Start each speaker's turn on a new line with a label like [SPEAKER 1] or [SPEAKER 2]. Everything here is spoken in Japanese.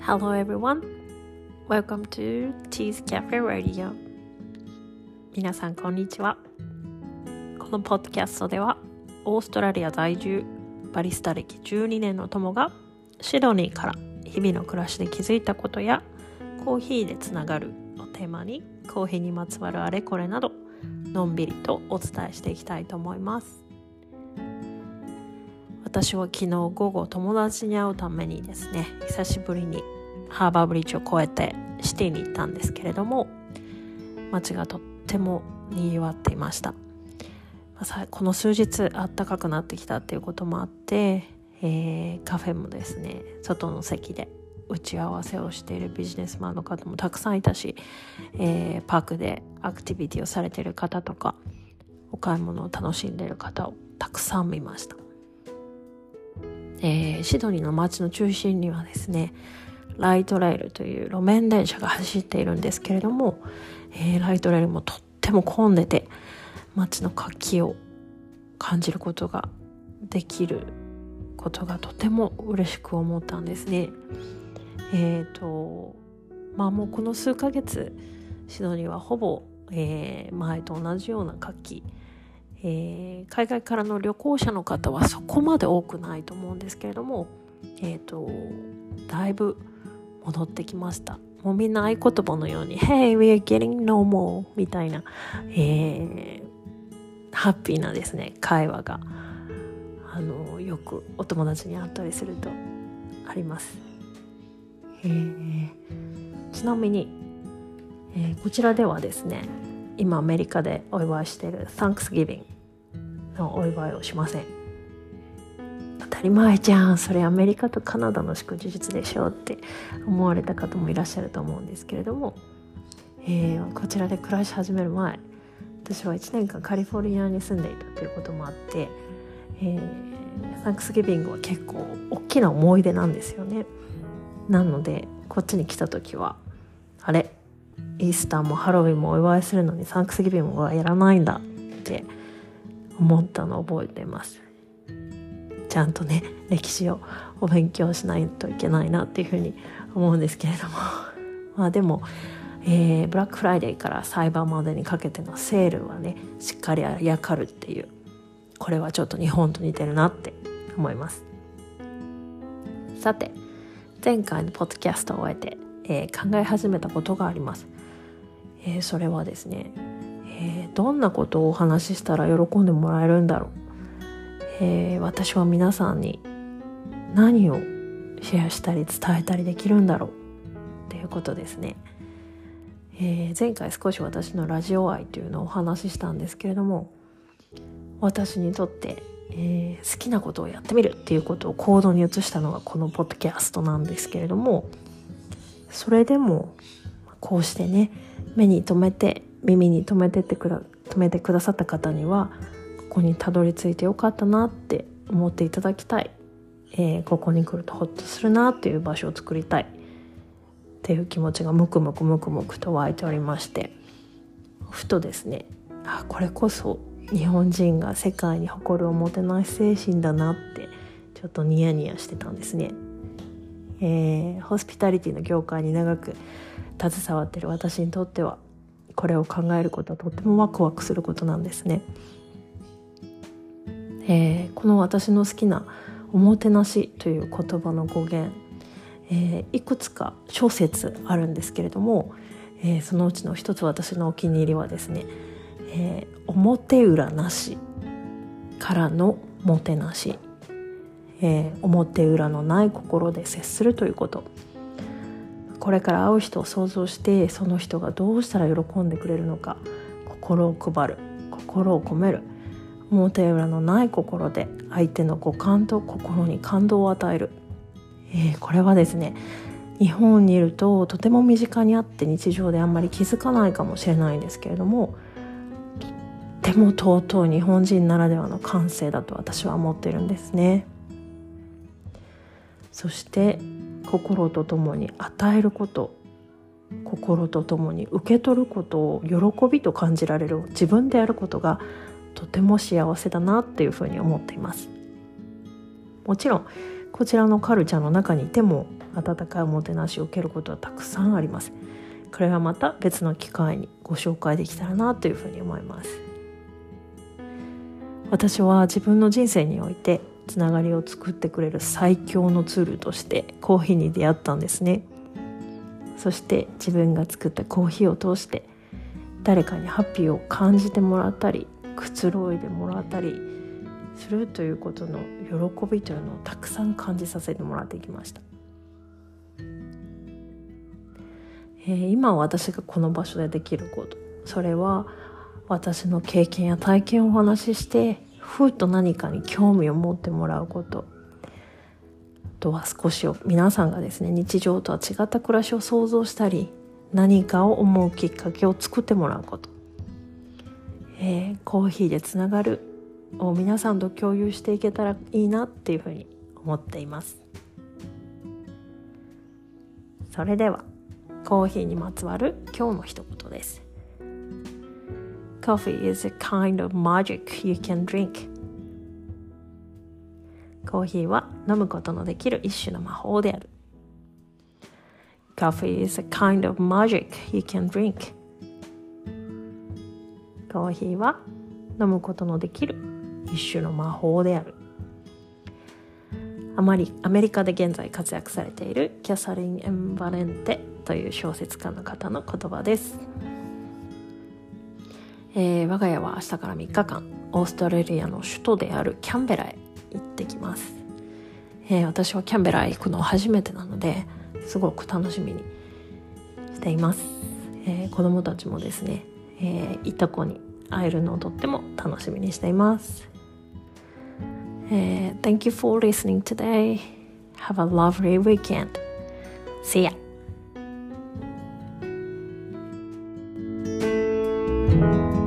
[SPEAKER 1] Hello everyone, welcome to Tea's Cafe Radio。 皆さんこんにちは。このポッドキャストではオーストラリア在住バリスタ歴12年の友がシドニーから日々の暮らしで気づいたことやコーヒーでつながるをテーマにコーヒーにまつわるあれこれなどのんびりとお伝えしていきたいと思います。私は昨日午後友達に会うためにですね、久しぶりにハーバーブリッジを越えてシティに行ったんですけれども、街がとっても賑わっていました。この数日暖かくなってきたっていうこともあって、カフェもですね、外の席で打ち合わせをしているビジネスマンの方もたくさんいたし、パークでアクティビティをされている方とかお買い物を楽しんでいる方をたくさん見ました。シドニーの街の中心にはですね、ライトレールという路面電車が走っているんですけれども、ライトレールもとっても混んでて街の活気を感じることができることがとても嬉しく思ったんですね。もうこの数ヶ月シドニーはほぼ、前と同じような活気、海外からの旅行者の方はそこまで多くないと思うんですけれども、だいぶ戻ってきました。もうみんな合言葉のように Hey, we are getting normal みたいな、ハッピーなですね会話がよくお友達に会ったりするとあります。ちなみに、こちらではですね、今アメリカでお祝いしている Thanksgiving のお祝いをしません。当たり前じゃん、それアメリカとカナダの祝日でしょって思われた方もいらっしゃると思うんですけれども、こちらで暮らし始める前、私は1年間カリフォルニアに住んでいたということもあって、Thanksgiving は結構大きな思い出なんですよね。なのでこっちに来た時はあれ、イースターもハロウィンもお祝いするのにサンクスギビングはやらないんだって思ったのを覚えています。ちゃんとね、歴史をお勉強しないといけないなっていうふうに思うんですけれどもでも、ブラックフライデーからサイバーまでにかけてのセールはね、しっかりあやかるっていう、これはちょっと日本と似てるなって思います。さて、前回のポッドキャストを終えて、考え始めたことがあります。それはですね、どんなことをお話ししたら喜んでもらえるんだろう、私は皆さんに何をシェアしたり伝えたりできるんだろうっていうことですね。前回少し私のラジオ愛というのをお話ししたんですけれども、私にとって、好きなことをやってみるっていうことを行動に移したのがこのポッドキャストなんですけれども、それでもこうしてね、目に留めて耳に留めてくださった方にはここにたどり着いてよかったなって思っていただきたい、ここに来るとホッとするなっていう場所を作りたいっていう気持ちがムクムクと湧いておりまして、ふとですね、これこそ日本人が世界に誇るおもてなし精神だなってちょっとニヤニヤしてたんですね。ホスピタリティの業界に長く携わっている私にとってはこれを考えることはとてもワクワクすることなんですね。この私の好きなおもてなしという言葉の語源、いくつか諸説あるんですけれども、そのうちの一つ私のお気に入りはですね、表裏なしからのもてなし、表裏のない心で接するということ。これから会う人を想像して、その人がどうしたら喜んでくれるのか、心を配る、心を込める、表裏のない心で相手の五感と心に感動を与える、これはですね、日本にいるととても身近にあって日常であんまり気づかないかもしれないんですけれども、とても尊い日本人ならではの感性だと私は思っているんですね。そして心とともに与えること、心とともに受け取ることを喜びと感じられる自分であることがとても幸せだなっていうふうに思っています。もちろんこちらのカルチャーの中にいても温かいおもてなしを受けることはたくさんあります。これはまた別の機会にご紹介できたらなというふうに思います。私は自分の人生においてつながりを作ってくれる最強のツールとしてコーヒーに出会ったんですね。そして自分が作ったコーヒーを通して誰かにハッピーを感じてもらったり、くつろいでもらったりするということの喜びというのをたくさん感じさせてもらってきました。今私がこの場所でできること、それは私の経験や体験をお話ししてふっと何かに興味を持ってもらうこと、あとは少し皆さんがですね、日常とは違った暮らしを想像したり、何かを思うきっかけを作ってもらうこと、コーヒーでつながるを皆さんと共有していけたらいいなっていうふうに思っています。それではコーヒーにまつわる今日の一言です。 Coffee is a kind of magic you can drink。 コーヒーは飲むことのできる一種の魔法である。 Coffee is a kind of magic you can drink。 コーヒーは飲むことのできる一種の魔法である。アメリカで現在活躍されているキャサリン・エン・バレンテという小説家の方の言葉です。我が家は明日から3日間オーストラリアの首都であるキャンベラへ行ってきます。私はキャンベラへ行くのは初めてなのですごく楽しみにしています。子供たちもですね、いた子に会えるのをとっても楽しみにしています。Thank you for listening today. Have a lovely weekend. See ya.